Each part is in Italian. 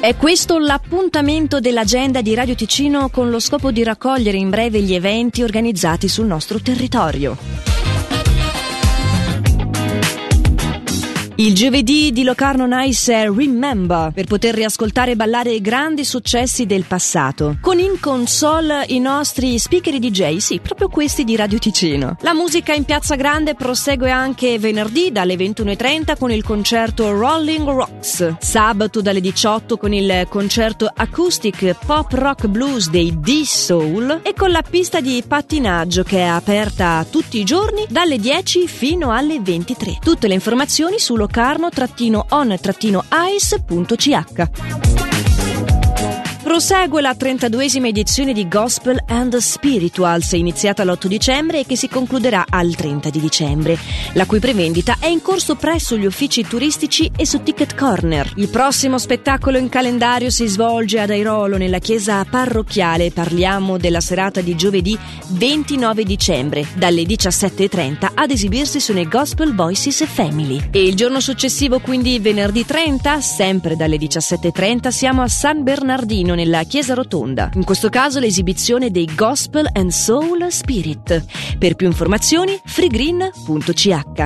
È questo l'appuntamento dell'agenda di Radio Ticino con lo scopo di raccogliere in breve gli eventi organizzati sul nostro territorio. Il giovedì di Locarno Nice è Remember, per poter riascoltare e ballare i grandi successi del passato. Con in console i nostri speaker e DJ, sì, proprio questi di Radio Ticino. La musica in Piazza Grande prosegue anche venerdì dalle 21:30 con il concerto Rolling Rocks. Sabato dalle 18 con il concerto acoustic pop rock blues dei D-Soul e con la pista di pattinaggio che è aperta tutti i giorni dalle 10 fino alle 23. Tutte le informazioni su locarno-on-ice.ch. Prosegue la 32esima edizione di Gospel and Spirituals, iniziata l'8 dicembre e che si concluderà al 30 di dicembre, la cui prevendita è in corso presso gli uffici turistici e su Ticket Corner. Il prossimo spettacolo in calendario si svolge ad Airolo, nella chiesa parrocchiale. Parliamo della serata di giovedì 29 dicembre, dalle 17:30 ad esibirsi sono i Gospel Voices Family. E il giorno successivo, quindi venerdì 30, sempre dalle 17:30, siamo a San Bernardino, nella chiesa rotonda. In questo caso l'esibizione dei Gospel and Soul Spirit. Per più informazioni freegreen.ch.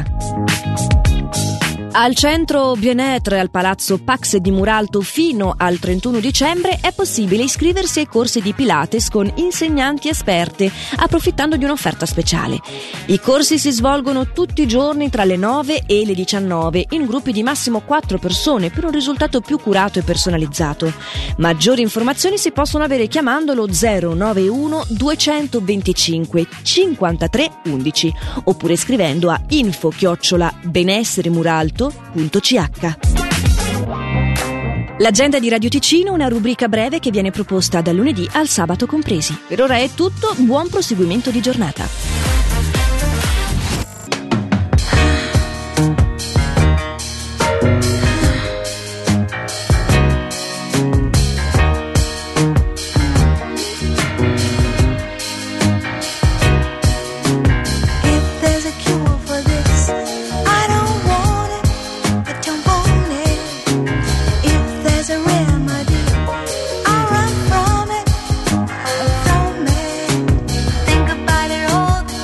Al centro Bien-être al Palazzo Pax di Muralto fino al 31 dicembre è possibile iscriversi ai corsi di Pilates con insegnanti esperte, approfittando di un'offerta speciale. I corsi si svolgono tutti i giorni tra le 9 e le 19 in gruppi di massimo 4 persone per un risultato più curato e personalizzato. Maggiori informazioni si possono avere chiamando lo 091 225 53 11 oppure scrivendo a info@benesseremuralto.ch. L'agenda di Radio Ticino, una rubrica breve che viene proposta dal lunedì al sabato compresi. Per ora è tutto, buon proseguimento di giornata. Think about it all the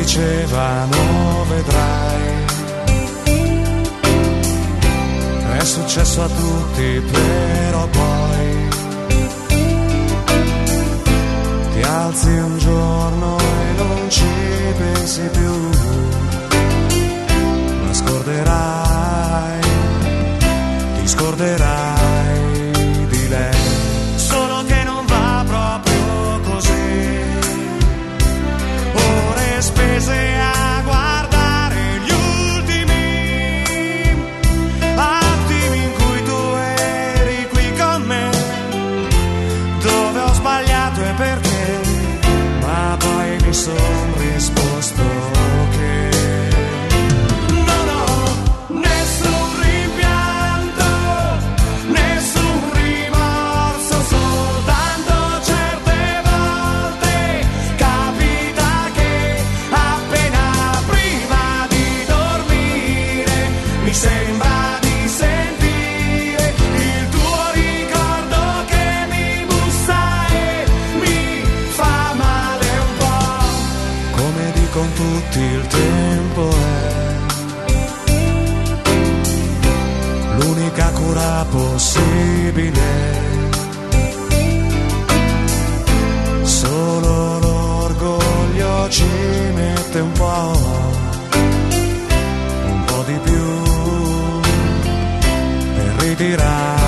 dicevano vedrai. È successo a tutti, però poi ti alzi un giorno e non ci pensi più, ma scorderai, ti scorderai di lei. Solo che non va proprio così, ore spese a guardare gli ultimi attimi in cui tu eri qui con me, dove ho sbagliato e perché, ma poi mi son risposto che non ho nessun rimpianto, nessun rimorso, soltanto certe volte capita che appena prima di dormire mi sembra di sentire il tuo ricordo che mi bussa e mi fa male un po'. Come dicono tutti, il tempo è l'unica cura possibile. Solo l'orgoglio ci mette un po' di più per ritirare